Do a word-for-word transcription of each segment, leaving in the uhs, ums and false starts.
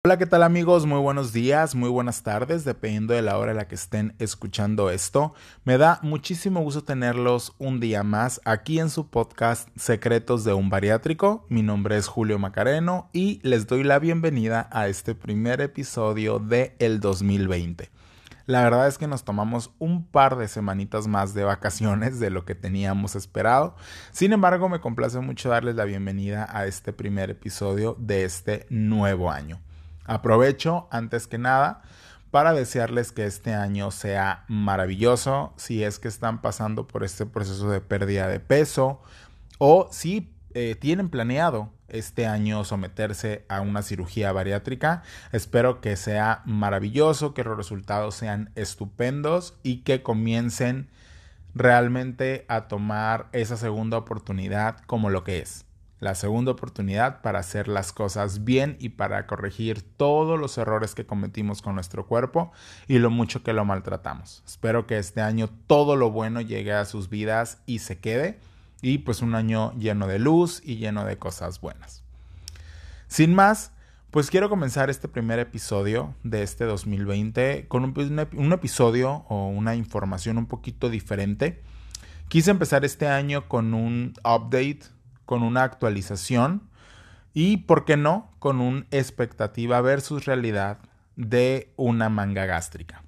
Hola, ¿qué tal amigos? Muy buenos días, muy buenas tardes, dependiendo de la hora en la que estén escuchando esto. Me da muchísimo gusto tenerlos un día más aquí en su podcast Secretos de un Bariátrico. Mi nombre es Julio Macareno y les doy la bienvenida a este primer episodio de el dos mil veinte. La verdad es que nos tomamos un par de semanitas más de vacaciones de lo que teníamos esperado. Sin embargo, me complace mucho darles la bienvenida a este primer episodio de este nuevo año. Aprovecho, antes que nada, para desearles que este año sea maravilloso. Si es que están pasando por este proceso de pérdida de peso o si eh, tienen planeado este año someterse a una cirugía bariátrica, espero que sea maravilloso, que los resultados sean estupendos y que comiencen realmente a tomar esa segunda oportunidad como lo que es. La segunda oportunidad para hacer las cosas bien y para corregir todos los errores que cometimos con nuestro cuerpo y lo mucho que lo maltratamos. Espero que este año todo lo bueno llegue a sus vidas y se quede. Y pues un año lleno de luz y lleno de cosas buenas. Sin más, pues quiero comenzar este primer episodio de este dos mil veinte con un, un episodio o una información un poquito diferente. Quise empezar este año con un update, con una actualización y, ¿por qué no?, con una expectativa versus realidad de una manga gástrica.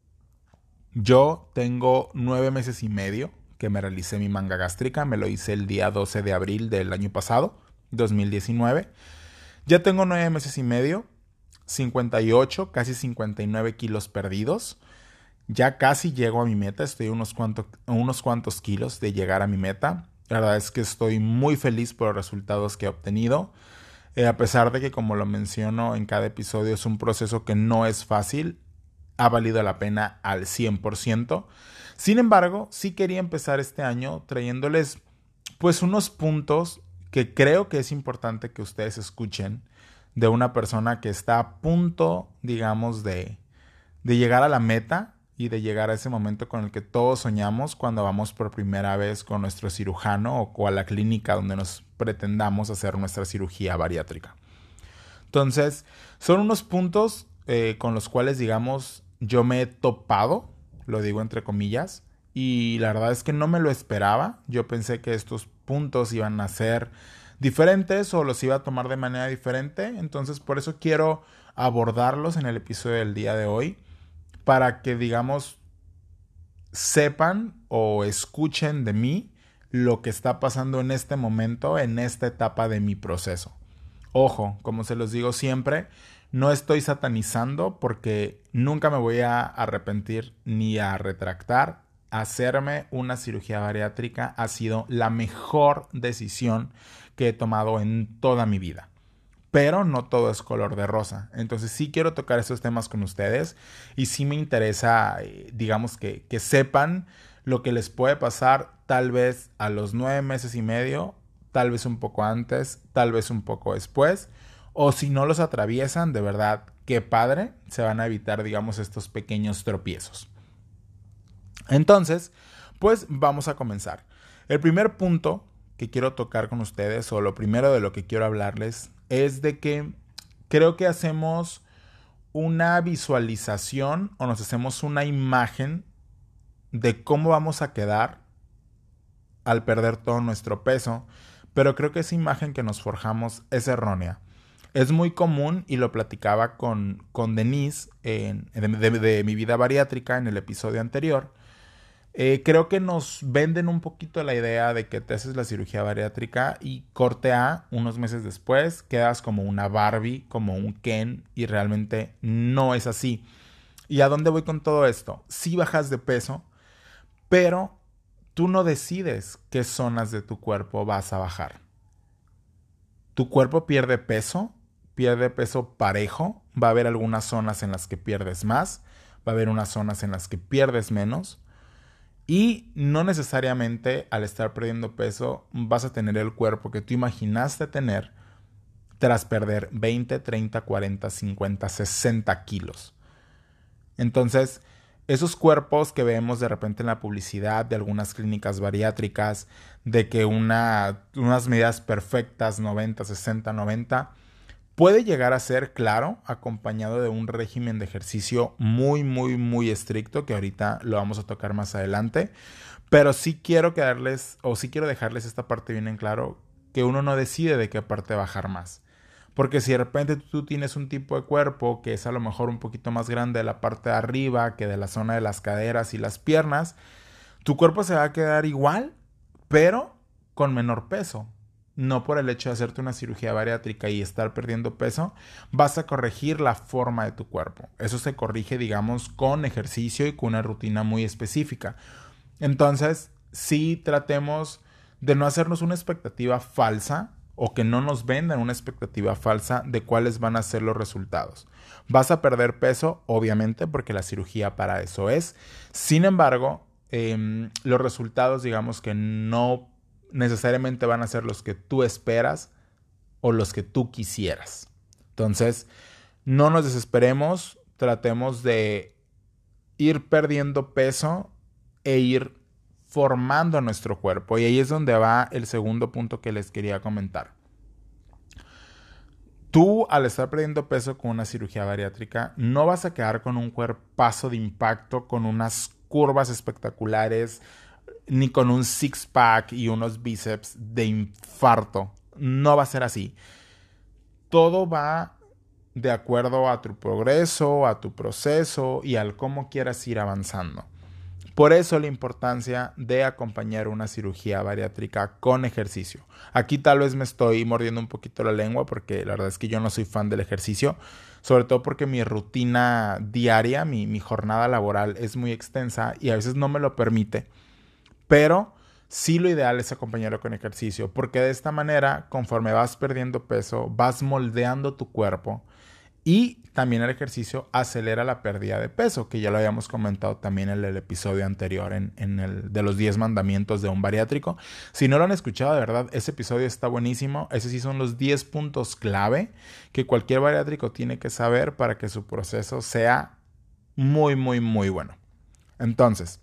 Yo tengo nueve meses y medio que me realicé mi manga gástrica. Me lo hice el día doce de abril del año pasado, dos mil diecinueve. Ya tengo nueve meses y medio, cincuenta y ocho, casi cincuenta y nueve kilos perdidos. Ya casi llego a mi meta, estoy a unos, cuanto, unos cuantos kilos de llegar a mi meta. La verdad es que estoy muy feliz por los resultados que he obtenido. Eh, a pesar de que, como lo menciono en cada episodio, es un proceso que no es fácil, ha valido la pena al cien por ciento. Sin embargo, sí quería empezar este año trayéndoles pues unos puntos que creo que es importante que ustedes escuchen de una persona que está a punto, digamos, de, de llegar a la meta y de llegar a ese momento con el que todos soñamos cuando vamos por primera vez con nuestro cirujano o a la clínica donde nos pretendamos hacer nuestra cirugía bariátrica. Entonces, son unos puntos eh, con los cuales, digamos, yo me he topado, lo digo entre comillas, y la verdad es que no me lo esperaba. Yo pensé que estos puntos iban a ser diferentes o los iba a tomar de manera diferente. Entonces, por eso quiero abordarlos en el episodio del día de hoy, para que, digamos, sepan o escuchen de mí lo que está pasando en este momento, en esta etapa de mi proceso. Ojo, como se los digo siempre, no estoy satanizando porque nunca me voy a arrepentir ni a retractar. Hacerme una cirugía bariátrica ha sido la mejor decisión que he tomado en toda mi vida. Pero no todo es color de rosa. Entonces sí quiero tocar estos temas con ustedes y sí me interesa, eh, digamos, que, que sepan lo que les puede pasar tal vez a los nueve meses y medio, tal vez un poco antes, tal vez un poco después, o si no los atraviesan, de verdad, qué padre, se van a evitar, digamos, estos pequeños tropiezos. Entonces, pues vamos a comenzar. El primer punto que quiero tocar con ustedes, o lo primero de lo que quiero hablarles, es de que creo que hacemos una visualización o nos hacemos una imagen de cómo vamos a quedar al perder todo nuestro peso, pero creo que esa imagen que nos forjamos es errónea. Es muy común, y lo platicaba con, con Denise en, de, de, de mi vida bariátrica en el episodio anterior. Eh, creo que nos venden un poquito la idea de que te haces la cirugía bariátrica y corte A, unos meses después, quedas como una Barbie, como un Ken, y realmente no es así. ¿Y a dónde voy con todo esto? Sí bajas de peso, pero tú no decides qué zonas de tu cuerpo vas a bajar. Tu cuerpo pierde peso, pierde peso parejo. Va a haber algunas zonas en las que pierdes más, va a haber unas zonas en las que pierdes menos. Y no necesariamente al estar perdiendo peso vas a tener el cuerpo que tú imaginaste tener tras perder veinte, treinta, cuarenta, cincuenta, sesenta kilos. Entonces, esos cuerpos que vemos de repente en la publicidad de algunas clínicas bariátricas, de que una, unas medidas perfectas, noventa, sesenta, noventa, Puede llegar a ser, claro, acompañado de un régimen de ejercicio muy, muy, muy estricto, que ahorita lo vamos a tocar más adelante. Pero sí quiero quedarles, o sí quiero dejarles esta parte bien en claro, que uno no decide de qué parte bajar más. Porque si de repente tú tienes un tipo de cuerpo que es a lo mejor un poquito más grande de la parte de arriba que de la zona de las caderas y las piernas, tu cuerpo se va a quedar igual, pero con menor peso. No por el hecho de hacerte una cirugía bariátrica y estar perdiendo peso, vas a corregir la forma de tu cuerpo. Eso se corrige, digamos, con ejercicio y con una rutina muy específica. Entonces, sí tratemos de no hacernos una expectativa falsa o que no nos vendan una expectativa falsa de cuáles van a ser los resultados. Vas a perder peso, obviamente, porque la cirugía para eso es. Sin embargo, eh, los resultados, digamos que no necesariamente van a ser los que tú esperas o los que tú quisieras. Entonces, no nos desesperemos, tratemos de ir perdiendo peso e ir formando nuestro cuerpo. Y ahí es donde va el segundo punto que les quería comentar. Tú, al estar perdiendo peso con una cirugía bariátrica, no vas a quedar con un cuerpazo de impacto, con unas curvas espectaculares, ni con un six-pack y unos bíceps de infarto. No va a ser así. Todo va de acuerdo a tu progreso, a tu proceso y al cómo quieras ir avanzando. Por eso la importancia de acompañar una cirugía bariátrica con ejercicio. Aquí tal vez me estoy mordiendo un poquito la lengua porque la verdad es que yo no soy fan del ejercicio, sobre todo porque mi rutina diaria, mi, mi jornada laboral es muy extensa y a veces no me lo permite. Pero sí, lo ideal es acompañarlo con ejercicio, porque de esta manera, conforme vas perdiendo peso, vas moldeando tu cuerpo y también el ejercicio acelera la pérdida de peso, que ya lo habíamos comentado también en el episodio anterior, en, en el de los diez mandamientos de un bariátrico. Si no lo han escuchado, de verdad, ese episodio está buenísimo. Esos sí son los diez puntos clave que cualquier bariátrico tiene que saber para que su proceso sea muy, muy, muy bueno. Entonces,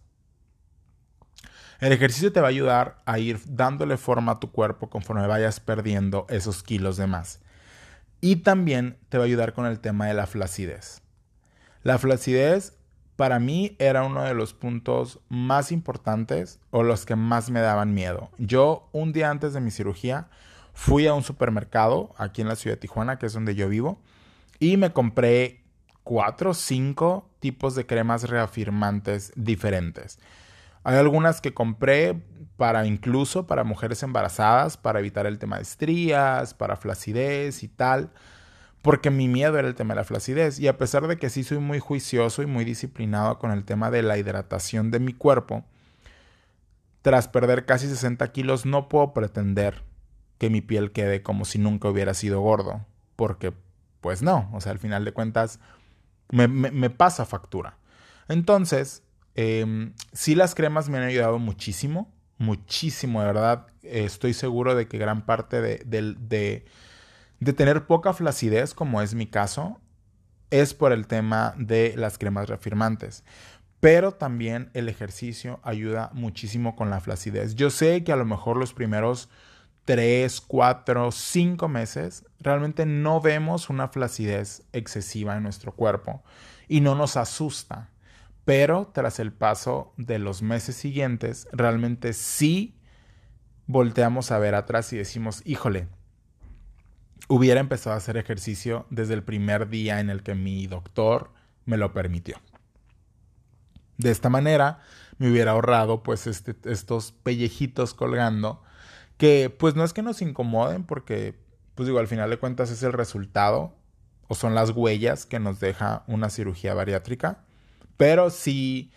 el ejercicio te va a ayudar a ir dándole forma a tu cuerpo conforme vayas perdiendo esos kilos de más. Y también te va a ayudar con el tema de la flacidez. La flacidez para mí era uno de los puntos más importantes o los que más me daban miedo. Yo un día antes de mi cirugía fui a un supermercado aquí en la ciudad de Tijuana, que es donde yo vivo, y me compré cuatro o cinco tipos de cremas reafirmantes diferentes. Hay algunas que compré para incluso para mujeres embarazadas, para evitar el tema de estrías, para flacidez y tal, porque mi miedo era el tema de la flacidez. Y a pesar de que sí soy muy juicioso y muy disciplinado con el tema de la hidratación de mi cuerpo, tras perder casi sesenta kilos no puedo pretender que mi piel quede como si nunca hubiera sido gordo, porque pues no, o sea, al final de cuentas me, me, me pasa factura. Entonces, Eh, sí, las cremas me han ayudado muchísimo, muchísimo, de verdad. Eh, estoy seguro de que gran parte de, de, de, de tener poca flacidez, como es mi caso, es por el tema de las cremas reafirmantes. Pero también el ejercicio ayuda muchísimo con la flacidez. Yo sé que a lo mejor los primeros tres, cuatro, cinco meses realmente no vemos una flacidez excesiva en nuestro cuerpo y no nos asusta. Pero tras el paso de los meses siguientes, realmente sí volteamos a ver atrás y decimos, híjole, hubiera empezado a hacer ejercicio desde el primer día en el que mi doctor me lo permitió. De esta manera me hubiera ahorrado pues este, estos pellejitos colgando que pues no es que nos incomoden porque pues digo, al final de cuentas es el resultado o son las huellas que nos deja una cirugía bariátrica. Pero sí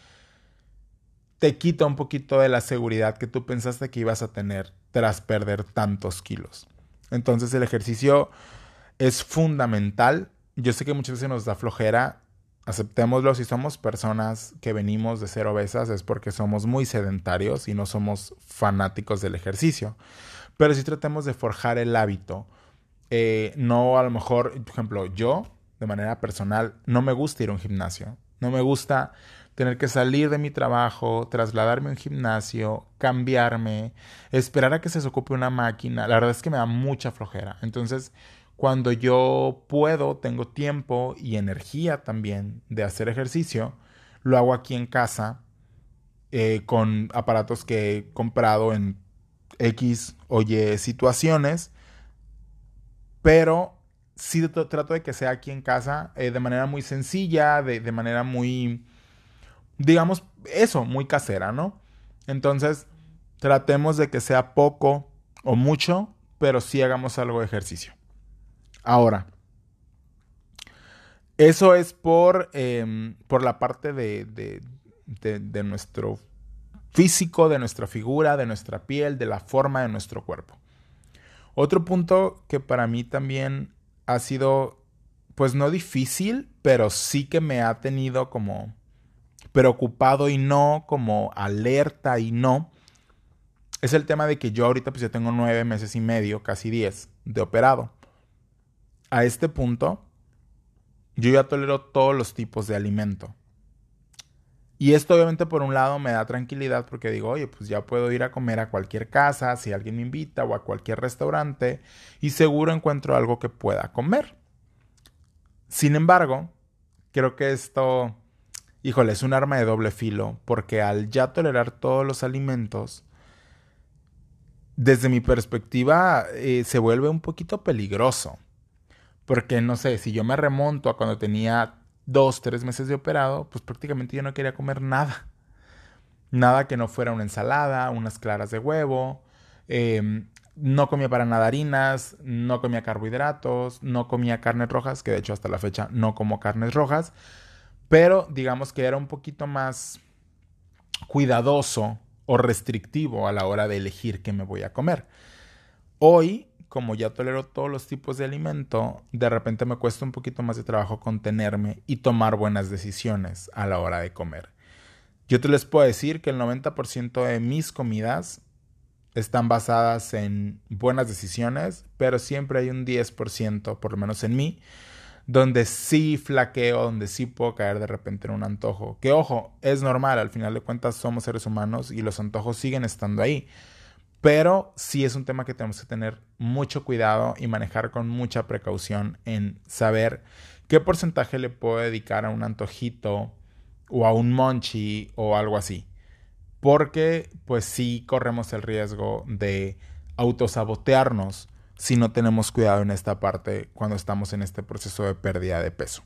te quita un poquito de la seguridad que tú pensaste que ibas a tener tras perder tantos kilos. Entonces el ejercicio es fundamental. Yo sé que muchas veces nos da flojera. Aceptémoslo, si somos personas que venimos de ser obesas es porque somos muy sedentarios y no somos fanáticos del ejercicio. Pero sí tratemos de forjar el hábito. Eh, no a lo mejor, por ejemplo, yo de manera personal no me gusta ir a un gimnasio. No me gusta tener que salir de mi trabajo, trasladarme a un gimnasio, cambiarme, esperar a que se desocupe una máquina. La verdad es que me da mucha flojera. Entonces, cuando yo puedo, tengo tiempo y energía también de hacer ejercicio, lo hago aquí en casa eh, con aparatos que he comprado en X o Y situaciones, pero sí tr- trato de que sea aquí en casa eh, de manera muy sencilla, de, de manera muy, digamos, eso, muy casera, ¿no? Entonces, tratemos de que sea poco o mucho, pero sí hagamos algo de ejercicio. Ahora, eso es por, em, por la parte de, de, de, de nuestro físico, de nuestra figura, de nuestra piel, de la forma de nuestro cuerpo. Otro punto que para mí también ha sido, pues no difícil, pero sí que me ha tenido como preocupado y no, como alerta y no, es el tema de que yo ahorita pues ya tengo nueve meses y medio, casi diez, de operado. A este punto, yo ya tolero todos los tipos de alimento. Y esto obviamente por un lado me da tranquilidad porque digo, oye, pues ya puedo ir a comer a cualquier casa, si alguien me invita o a cualquier restaurante y seguro encuentro algo que pueda comer. Sin embargo, creo que esto, híjole, es un arma de doble filo porque al ya tolerar todos los alimentos, desde mi perspectiva eh, se vuelve un poquito peligroso. Porque no sé, si yo me remonto a cuando tenía dos, tres meses de operado, pues prácticamente yo no quería comer nada. Nada que no fuera una ensalada, unas claras de huevo. eh, no comía para nada harinas, no comía carbohidratos, no comía carnes rojas, que de hecho hasta la fecha no como carnes rojas. Pero digamos que era un poquito más cuidadoso o restrictivo a la hora de elegir qué me voy a comer. Hoy, como ya tolero todos los tipos de alimento, de repente me cuesta un poquito más de trabajo contenerme y tomar buenas decisiones a la hora de comer. Yo te les puedo decir que el noventa por ciento de mis comidas están basadas en buenas decisiones, pero siempre hay un diez por ciento, por lo menos en mí, donde sí flaqueo, donde sí puedo caer de repente en un antojo. Que ojo, es normal, al final de cuentas somos seres humanos y los antojos siguen estando ahí. Pero sí es un tema que tenemos que tener mucho cuidado y manejar con mucha precaución en saber qué porcentaje le puedo dedicar a un antojito o a un monchi o algo así. Porque pues sí corremos el riesgo de autosabotearnos si no tenemos cuidado en esta parte cuando estamos en este proceso de pérdida de peso.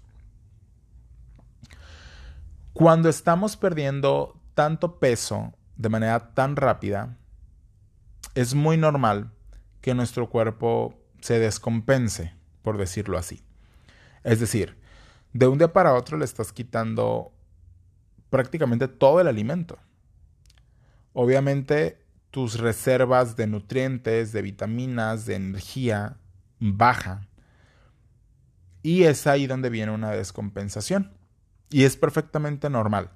Cuando estamos perdiendo tanto peso de manera tan rápida, es muy normal que nuestro cuerpo se descompense, por decirlo así. Es decir, de un día para otro le estás quitando prácticamente todo el alimento. Obviamente, tus reservas de nutrientes, de vitaminas, de energía bajan. Y es ahí donde viene una descompensación. Y es perfectamente normal.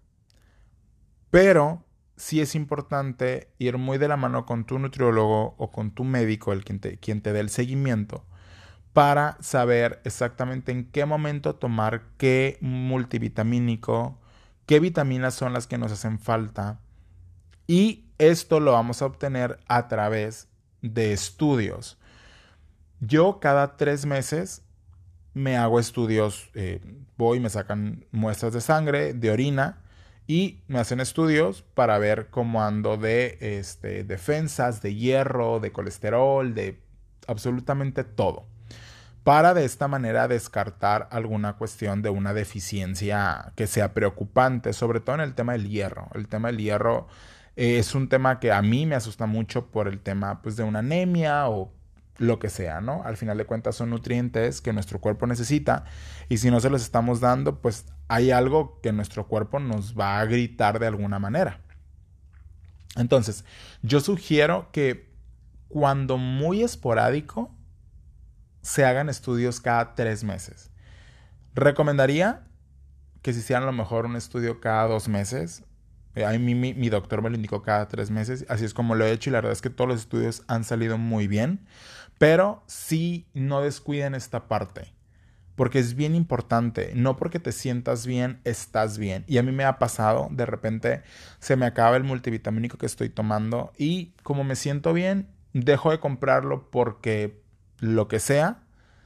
Pero sí es importante ir muy de la mano con tu nutriólogo o con tu médico, el quien te, quien te dé el seguimiento, para saber exactamente en qué momento tomar qué multivitamínico, qué vitaminas son las que nos hacen falta. Y esto lo vamos a obtener a través de estudios. Yo cada tres meses me hago estudios, eh, voy, me sacan muestras de sangre, de orina y me hacen estudios para ver cómo ando de este, defensas, de hierro, de colesterol, de absolutamente todo. Para de esta manera descartar alguna cuestión de una deficiencia que sea preocupante, sobre todo en el tema del hierro. El tema del hierro eh, es un tema que a mí me asusta mucho por el tema pues, de una anemia o lo que sea, ¿no? Al final de cuentas son nutrientes que nuestro cuerpo necesita y si no se los estamos dando, pues hay algo que nuestro cuerpo nos va a gritar de alguna manera. Entonces, yo sugiero que cuando muy esporádico, se hagan estudios cada tres meses. Recomendaría que se hicieran a lo mejor un estudio cada dos meses. Eh, a mí mi, mi doctor me lo indicó cada tres meses. Así es como lo he hecho y la verdad es que todos los estudios han salido muy bien. Pero sí no descuiden esta parte. Porque es bien importante. No porque te sientas bien, estás bien. Y a mí me ha pasado, de repente se me acaba el multivitamínico que estoy tomando. Y como me siento bien, dejo de comprarlo porque lo que sea.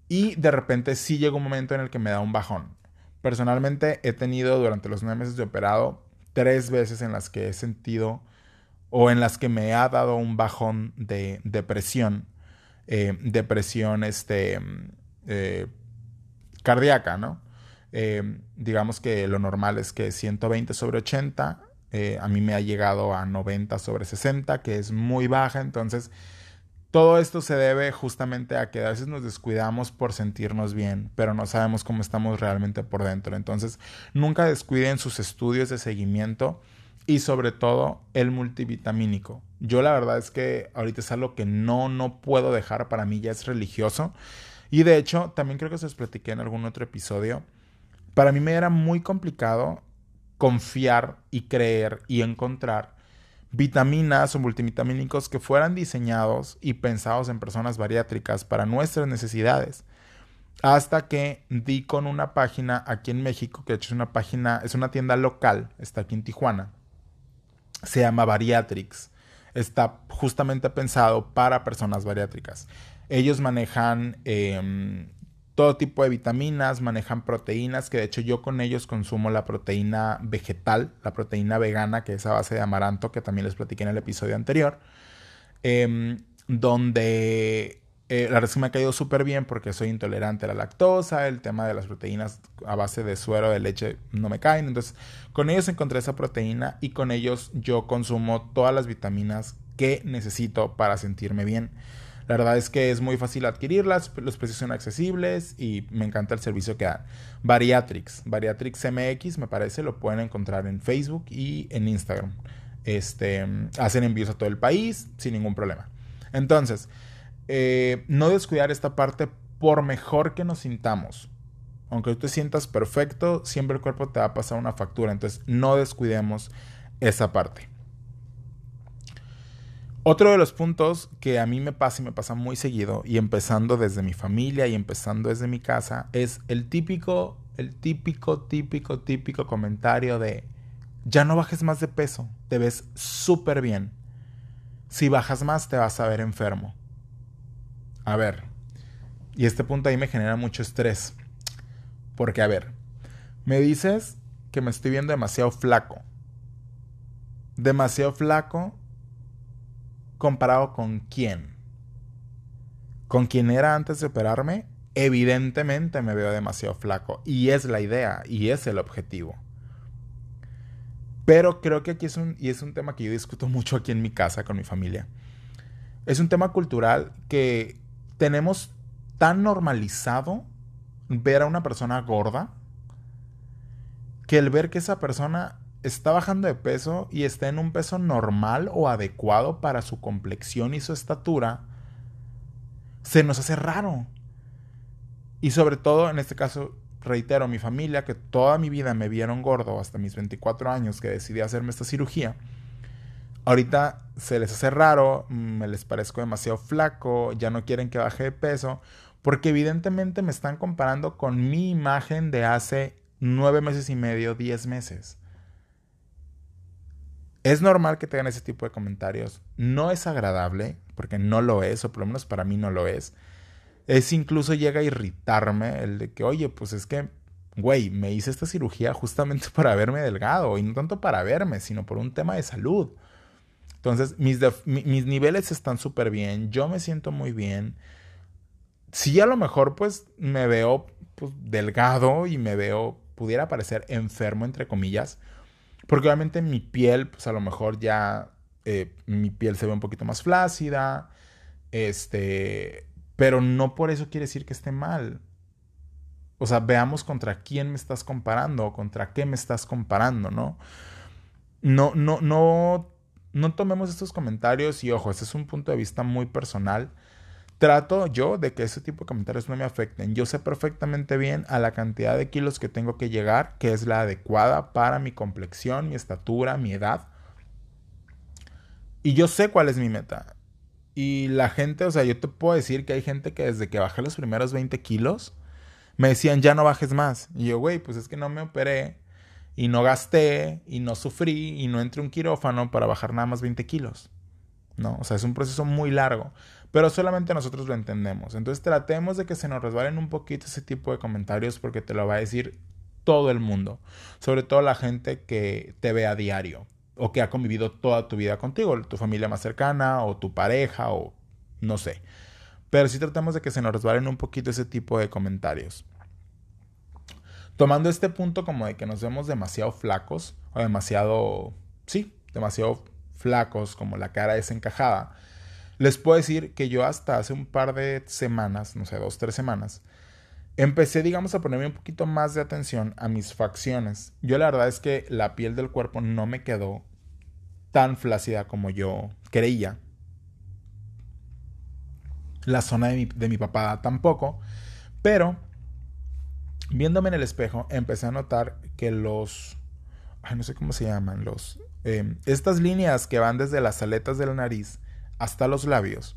Y de repente sí llega un momento en el que me da un bajón. Personalmente he tenido durante los nueve meses de operado tres veces en las que he sentido o en las que me ha dado un bajón de depresión. Eh, depresión este, eh, cardíaca, ¿no? Eh, digamos que lo normal es que ciento veinte sobre ochenta, eh, a mí me ha llegado a noventa sobre sesenta, que es muy baja. Entonces todo esto se debe justamente a que a veces nos descuidamos por sentirnos bien, pero no sabemos cómo estamos realmente por dentro. Entonces, nunca descuiden sus estudios de seguimiento y sobre todo el multivitamínico. Yo la verdad es que ahorita es algo que no, no puedo dejar, para mí ya es religioso. Y de hecho, también creo que se los platiqué en algún otro episodio. Para mí me era muy complicado confiar y creer y encontrar vitaminas o multivitamínicos que fueran diseñados y pensados en personas bariátricas para nuestras necesidades. Hasta que di con una página aquí en México, que de hecho es una página, es una tienda local, está aquí en Tijuana. Se llama Bariatrix. Está justamente pensado para personas bariátricas. Ellos manejan eh, todo tipo de vitaminas, manejan proteínas, que de hecho yo con ellos consumo la proteína vegetal, la proteína vegana, que es a base de amaranto, que también les platiqué en el episodio anterior, eh, donde eh, la verdad es que me ha caído súper bien porque soy intolerante a la lactosa, el tema de las proteínas a base de suero de leche no me caen. Entonces con ellos encontré esa proteína y con ellos yo consumo todas las vitaminas que necesito para sentirme bien. La verdad es que es muy fácil adquirirlas, los precios son accesibles y me encanta el servicio que dan. Bariatrix, Bariatrix M X me parece, lo pueden encontrar en Facebook y en Instagram. Este, hacen envíos a todo el país sin ningún problema. Entonces, eh, no descuidar esta parte por mejor que nos sintamos. Aunque tú te sientas perfecto, siempre el cuerpo te va a pasar una factura. Entonces, no descuidemos esa parte. Otro de los puntos que a mí me pasa y me pasa muy seguido, y empezando desde mi familia y empezando desde mi casa, es el típico, el típico, típico, típico comentario de ya no bajes más de peso, te ves súper bien. Si bajas más te vas a ver enfermo. A ver, y este punto ahí me genera mucho estrés. Porque, a ver, me dices que me estoy viendo demasiado flaco. Demasiado flaco comparado con quién. Con quién era antes de operarme, evidentemente me veo demasiado flaco. Y es la idea, y es el objetivo. Pero creo que aquí es un, y es un tema que yo discuto mucho aquí en mi casa con mi familia. Es un tema cultural que tenemos tan normalizado ver a una persona gorda que el ver que esa persona está bajando de peso y está en un peso normal o adecuado para su complexión y su estatura, se nos hace raro. Y sobre todo, en este caso, reitero, mi familia, que toda mi vida me vieron gordo hasta mis veinticuatro años que decidí hacerme esta cirugía, ahorita se les hace raro, me les parezco demasiado flaco, ya no quieren que baje de peso, porque evidentemente me están comparando con mi imagen de hace nueve meses y medio, diez meses. Es normal que tengan ese tipo de comentarios. No es agradable, porque no lo es, o por lo menos para mí no lo es. Es incluso llega a irritarme el de que, oye, pues es que, güey, me hice esta cirugía justamente para verme delgado, y no tanto para verme, sino por un tema de salud. Entonces, mis, def- mi- mis niveles están súper bien, yo me siento muy bien. Sí, a lo mejor, pues, me veo pues, delgado y me veo, pudiera parecer enfermo, entre comillas, porque obviamente mi piel, pues a lo mejor ya eh, mi piel se ve un poquito más flácida, este, pero no por eso quiere decir que esté mal. O sea, veamos contra quién me estás comparando o contra qué me estás comparando, ¿no? No, no, no, no tomemos estos comentarios y ojo, este es un punto de vista muy personal. Trato yo de que ese tipo de comentarios no me afecten. Yo sé perfectamente bien a la cantidad de kilos que tengo que llegar, que es la adecuada para mi complexión, mi estatura, mi edad. Y yo sé cuál es mi meta. Y la gente, o sea, yo te puedo decir que hay gente que desde que bajé los primeros veinte kilos, me decían, ya no bajes más. Y yo, güey, pues es que no me operé, y no gasté, y no sufrí, y no entré a un quirófano para bajar nada más veinte kilos. ¿No? O sea, es un proceso muy largo. pero solamente nosotros lo entendemos. Entonces tratemos de que se nos resbalen un poquito ese tipo de comentarios porque te lo va a decir todo el mundo, sobre todo la gente que te ve a diario o que ha convivido toda tu vida contigo, tu familia más cercana o tu pareja o no sé. Pero sí tratemos de que se nos resbalen un poquito ese tipo de comentarios. Tomando este punto como de que nos vemos demasiado flacos o demasiado, sí, demasiado flacos, como la cara desencajada, les puedo decir que yo hasta hace un par de semanas, no sé, dos, tres semanas, empecé, digamos, a ponerme un poquito más de atención a mis facciones. Yo la verdad es que la piel del cuerpo no me quedó tan flácida como yo creía. La zona de mi, de mi papada tampoco. Pero, viéndome en el espejo, empecé a notar que los... Ay, no sé cómo se llaman. Los, eh, estas líneas que van desde las aletas de la nariz hasta los labios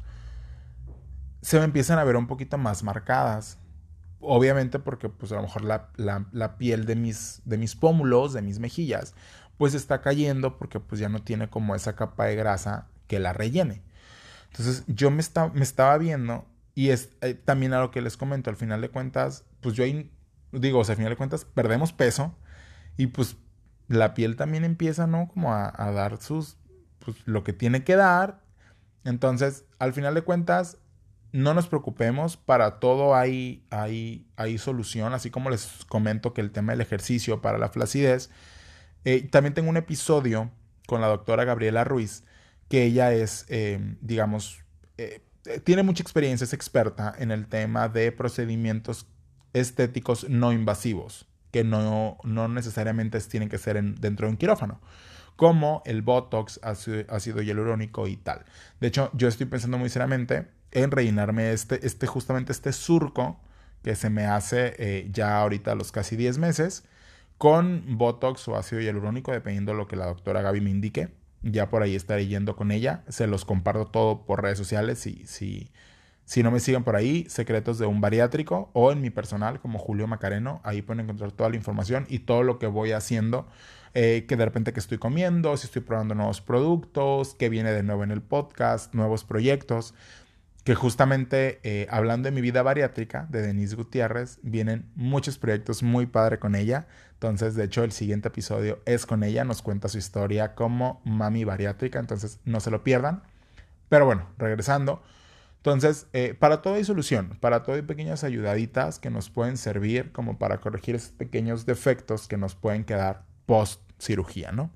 se me empiezan a ver un poquito más marcadas. Obviamente porque pues a lo mejor la, la, la piel de mis, de mis pómulos, de mis mejillas, pues está cayendo porque pues ya no tiene como esa capa de grasa que la rellene. Entonces yo me, está, me estaba viendo y es eh, también a lo que les comento, al final de cuentas, pues yo ahí, digo, o sea, al final de cuentas perdemos peso y pues la piel también empieza, ¿no? Como a, a dar sus, pues lo que tiene que dar. Entonces, al final de cuentas, no nos preocupemos, para todo hay, hay, hay solución, así como les comento que el tema del ejercicio para la flacidez. Eh, también tengo un episodio con la doctora Gabriela Ruiz, que ella es, eh, digamos, eh, tiene mucha experiencia, es experta en el tema de procedimientos estéticos no invasivos, que no, no necesariamente tienen que ser en, dentro de un quirófano, como el Botox, ácido, ácido hialurónico y tal. De hecho, yo estoy pensando muy seriamente en rellenarme este, este justamente este surco que se me hace eh, ya ahorita a los casi diez meses con Botox o ácido hialurónico, dependiendo de lo que la doctora Gaby me indique. Ya por ahí estaré yendo con ella. Se los comparto todo por redes sociales. Si, si, si no me siguen por ahí, Secretos de un Bariátrico, o en mi personal como Julio Macareno. Ahí pueden encontrar toda la información y todo lo que voy haciendo. Eh, que de repente que estoy comiendo, si estoy probando nuevos productos, que viene de nuevo en el podcast, nuevos proyectos. Que justamente eh, hablando de mi vida bariátrica de Denise Gutiérrez, vienen muchos proyectos muy padre con ella. Entonces, de hecho, el siguiente episodio es con ella, nos cuenta su historia como mami bariátrica, entonces no se lo pierdan. Pero bueno, regresando. Entonces, eh, para todo hay solución, para todo hay pequeñas ayudaditas que nos pueden servir como para corregir esos pequeños defectos que nos pueden quedar post cirugía, ¿no?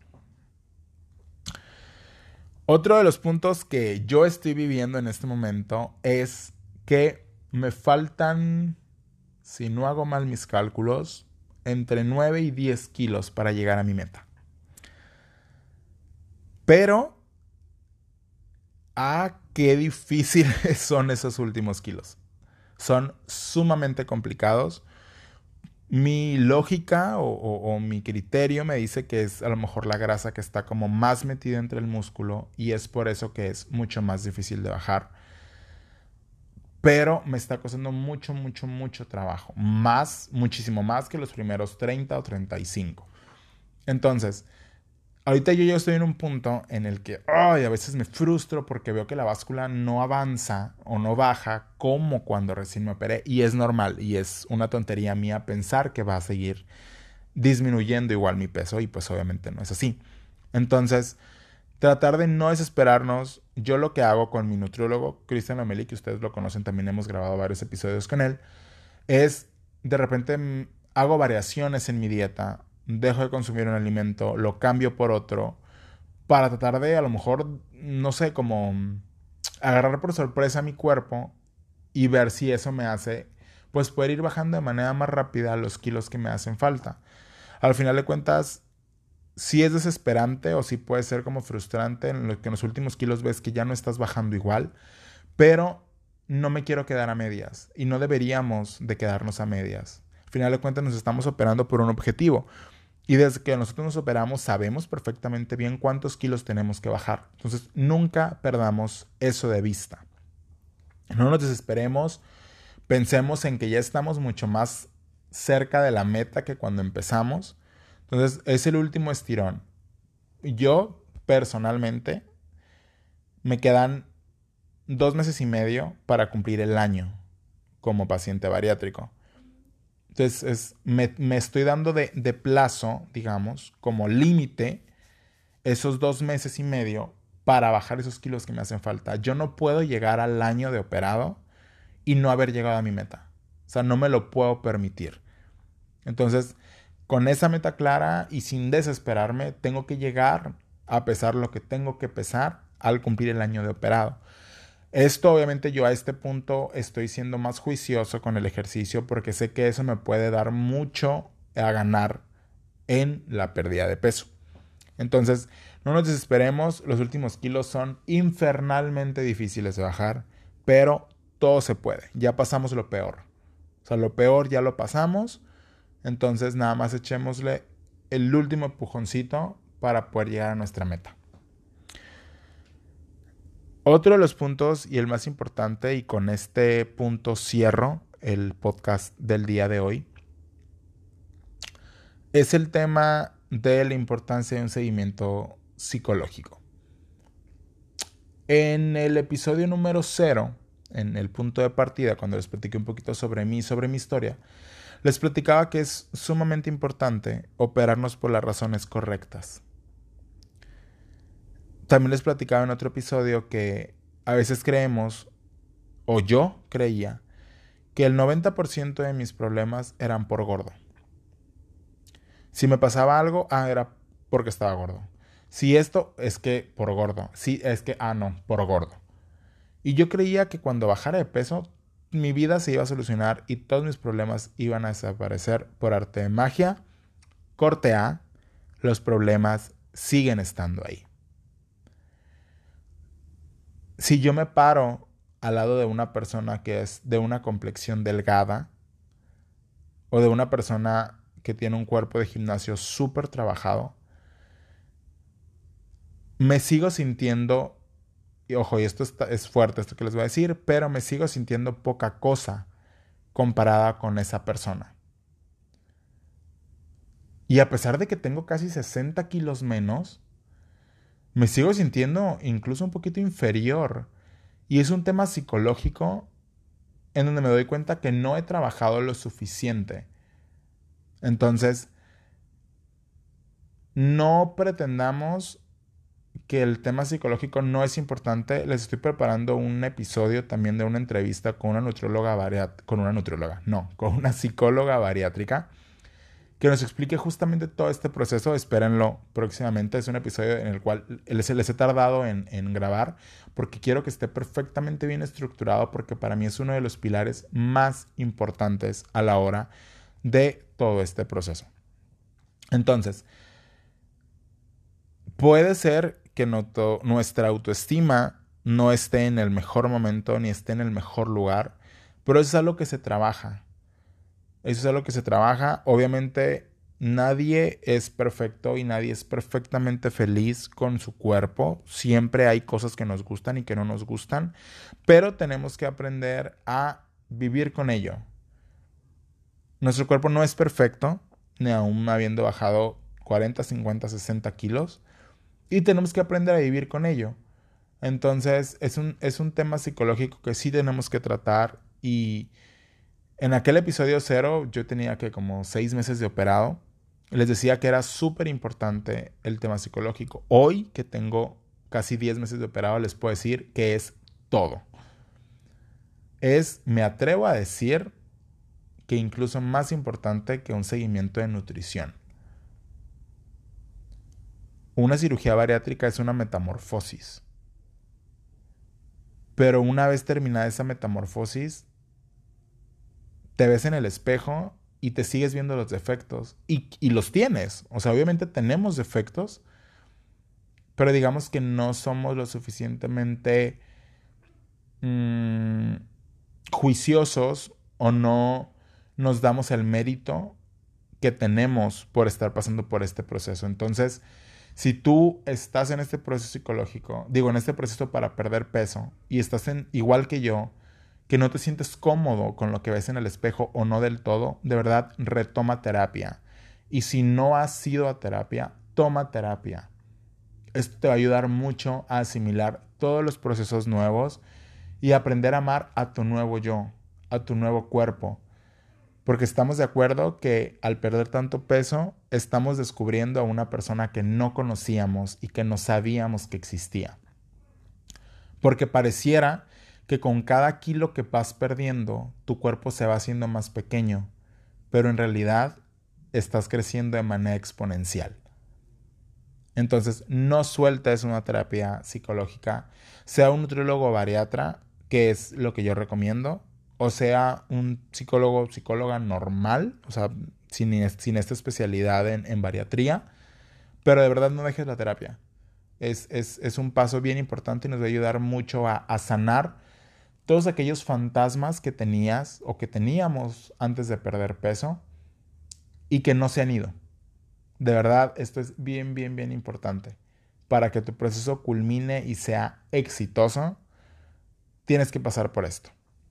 Otro de los puntos que yo estoy viviendo en este momento es que me faltan, si no hago mal mis cálculos, entre nueve y diez kilos para llegar a mi meta. Pero, ah, qué difíciles son esos últimos kilos. Son sumamente complicados. Mi lógica o, o, o mi criterio me dice que es a lo mejor la grasa que está como más metida entre el músculo y es por eso que es mucho más difícil de bajar. Pero me está costando mucho, mucho, mucho trabajo. Más, muchísimo más que los primeros treinta o treinta y cinco. Entonces, ahorita yo ya estoy en un punto en el que ay, a veces me frustro porque veo que la báscula no avanza o no baja como cuando recién me operé. Y es normal y es una tontería mía pensar que va a seguir disminuyendo igual mi peso y pues obviamente no es así. Entonces, tratar de no desesperarnos. Yo lo que hago con mi nutriólogo, Cristian Lomeli, que ustedes lo conocen, también hemos grabado varios episodios con él, es de repente mm, hago variaciones en mi dieta, dejo de consumir un alimento, lo cambio por otro, para tratar de a lo mejor, no sé, como mm, agarrar por sorpresa a mi cuerpo y ver si eso me hace, pues poder ir bajando de manera más rápida los kilos que me hacen falta. Al final de cuentas, sí es desesperante o sí puede ser como frustrante en lo que en los últimos kilos ves que ya no estás bajando igual, pero no me quiero quedar a medias y no deberíamos de quedarnos a medias. Al final de cuentas nos estamos operando por un objetivo y desde que nosotros nos operamos sabemos perfectamente bien cuántos kilos tenemos que bajar. Entonces nunca perdamos eso de vista. No nos desesperemos, pensemos en que ya estamos mucho más cerca de la meta que cuando empezamos. Entonces es el último estirón. Yo personalmente me quedan dos meses y medio para cumplir el año como paciente bariátrico. Entonces es, me, me estoy dando de, de plazo, digamos, como límite, esos dos meses y medio para bajar esos kilos que me hacen falta. Yo no puedo llegar al año de operado y no haber llegado a mi meta. O sea, no me lo puedo permitir. Entonces, con esa meta clara y sin desesperarme, tengo que llegar a pesar lo que tengo que pesar al cumplir el año de operado. Esto obviamente yo a este punto estoy siendo más juicioso con el ejercicio porque sé que eso me puede dar mucho a ganar en la pérdida de peso. Entonces, no nos desesperemos, los últimos kilos son infernalmente difíciles de bajar, pero todo se puede, ya pasamos lo peor. O sea, lo peor ya lo pasamos, entonces nada más echémosle el último empujoncito para poder llegar a nuestra meta. Otro de los puntos y el más importante, y con este punto cierro el podcast del día de hoy, es el tema de la importancia de un seguimiento psicológico. En el episodio número cero, en el punto de partida, cuando les platiqué un poquito sobre mí, sobre mi historia, les platicaba que es sumamente importante operarnos por las razones correctas. También les platicaba en otro episodio que a veces creemos, o yo creía, que el noventa por ciento de mis problemas eran por gordo. Si me pasaba algo, ah, era porque estaba gordo. Si esto, es que por gordo. Si es que, ah, no, por gordo. Y yo creía que cuando bajara de peso, mi vida se iba a solucionar y todos mis problemas iban a desaparecer por arte de magia. Corte A, los problemas siguen estando ahí. Si yo me paro al lado de una persona que es de una complexión delgada o de una persona que tiene un cuerpo de gimnasio súper trabajado, me sigo sintiendo, y ojo, y esto está, es fuerte esto que les voy a decir, pero me sigo sintiendo poca cosa comparada con esa persona. Y a pesar de que tengo casi sesenta kilos menos, me sigo sintiendo incluso un poquito inferior. Y es un tema psicológico en donde me doy cuenta que no he trabajado lo suficiente. Entonces, no pretendamos que el tema psicológico no es importante. Les estoy preparando un episodio también de una entrevista con una nutrióloga bariátrica, con una nutrióloga, no, con una psicóloga bariátrica, que nos explique justamente todo este proceso. Espérenlo próximamente. Es un episodio en el cual les, les he tardado en, en grabar porque quiero que esté perfectamente bien estructurado, porque para mí es uno de los pilares más importantes a la hora de todo este proceso. Entonces, puede ser que no to- nuestra autoestima no esté en el mejor momento ni esté en el mejor lugar, pero eso es algo que se trabaja. Eso es algo que se trabaja. Obviamente nadie es perfecto y nadie es perfectamente feliz con su cuerpo. Siempre hay cosas que nos gustan y que no nos gustan, pero tenemos que aprender a vivir con ello. Nuestro cuerpo no es perfecto, ni aún habiendo bajado cuarenta, cincuenta, sesenta kilos, y tenemos que aprender a vivir con ello. Entonces es un, es un tema psicológico que sí tenemos que tratar. Y en aquel episodio cero yo tenía que como seis meses de operado. Les decía que era súper importante el tema psicológico. Hoy que tengo casi diez meses de operado, les puedo decir que es todo. Es, me atrevo a decir, que incluso más importante que un seguimiento de nutrición. Una cirugía bariátrica es una metamorfosis. Pero una vez terminada esa metamorfosis, te ves en el espejo y te sigues viendo los defectos. Y, y los tienes. O sea, obviamente tenemos defectos, pero digamos que no somos lo suficientemente mmm, juiciosos, o no nos damos el mérito que tenemos por estar pasando por este proceso. Entonces, si tú estás en este proceso psicológico, digo, en este proceso para perder peso, y estás en, igual que yo, que no te sientes cómodo con lo que ves en el espejo o no del todo, de verdad, retoma terapia. Y si no has ido a terapia, toma terapia. Esto te va a ayudar mucho a asimilar todos los procesos nuevos y aprender a amar a tu nuevo yo, a tu nuevo cuerpo. Porque estamos de acuerdo que al perder tanto peso, estamos descubriendo a una persona que no conocíamos y que no sabíamos que existía. Porque pareciera que con cada kilo que vas perdiendo, tu cuerpo se va haciendo más pequeño, pero en realidad estás creciendo de manera exponencial. Entonces, no sueltes una terapia psicológica, sea un nutriólogo bariatra, que es lo que yo recomiendo, o sea un psicólogo o psicóloga normal, o sea, sin, sin esta especialidad en, en bariatría, pero de verdad no dejes la terapia. Es, es, es un paso bien importante y nos va a ayudar mucho a, a sanar todos aquellos fantasmas que tenías o que teníamos antes de perder peso y que no se han ido. De verdad, esto es bien, bien, bien importante. Para que tu proceso culmine y sea exitoso, tienes que pasar por esto.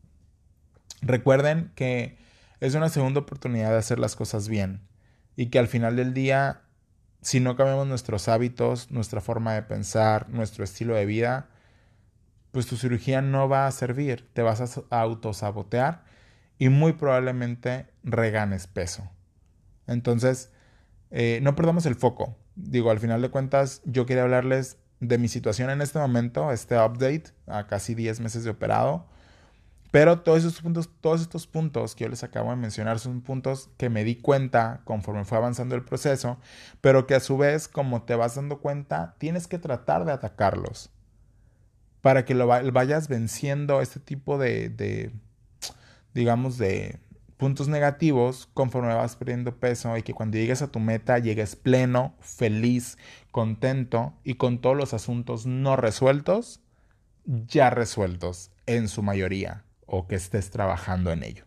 Recuerden que es una segunda oportunidad de hacer las cosas bien y que al final del día, si no cambiamos nuestros hábitos, nuestra forma de pensar, nuestro estilo de vida, pues tu cirugía no va a servir, te vas a autosabotear y muy probablemente reganes peso. Entonces, eh, no perdamos el foco. Digo, al final de cuentas, yo quería hablarles de mi situación en este momento, este update, a casi diez meses de operado. Pero todos esos puntos, todos estos puntos que yo les acabo de mencionar son puntos que me di cuenta conforme fue avanzando el proceso, pero que a su vez, como te vas dando cuenta, tienes que tratar de atacarlos para que lo vayas venciendo este tipo de, de digamos, de puntos negativos conforme vas perdiendo peso y que cuando llegues a tu meta llegues pleno, feliz, contento y con todos los asuntos no resueltos, ya resueltos en su mayoría o que estés trabajando en ello.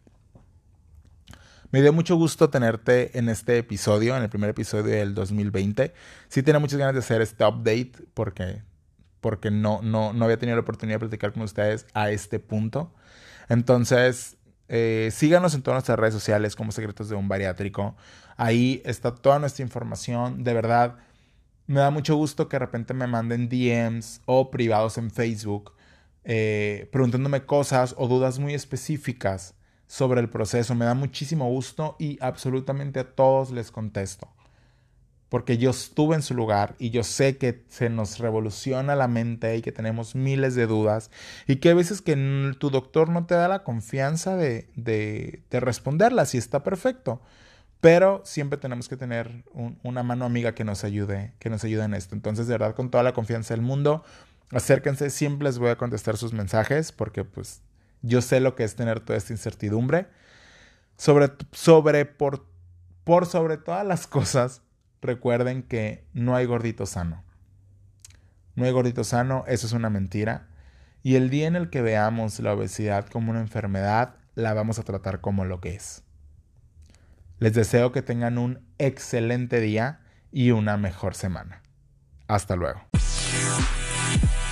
Me dio mucho gusto tenerte en este episodio, en el primer episodio del dos mil veinte. Sí tenía muchas ganas de hacer este update porque, porque no, no, no había tenido la oportunidad de platicar con ustedes a este punto. Entonces, eh, síganos en todas nuestras redes sociales como Secretos de un Bariátrico. Ahí está toda nuestra información. De verdad, me da mucho gusto que de repente me manden D Ms o privados en Facebook eh, preguntándome cosas o dudas muy específicas sobre el proceso. Me da muchísimo gusto y absolutamente a todos les contesto. Porque yo estuve en su lugar y yo sé que se nos revoluciona la mente y que tenemos miles de dudas y que a veces que tu doctor no te da la confianza de, de, de responderlas y está perfecto. Pero siempre tenemos que tener un, una mano amiga que nos ayude, que nos ayude en esto. Entonces, de verdad, con toda la confianza del mundo, acérquense, siempre les voy a contestar sus mensajes porque pues yo sé lo que es tener toda esta incertidumbre. Sobre, sobre por, por sobre todas las cosas, recuerden que no hay gordito sano. No hay gordito sano, eso es una mentira. Y el día en el que veamos la obesidad como una enfermedad, la vamos a tratar como lo que es. Les deseo que tengan un excelente día y una mejor semana. Hasta luego.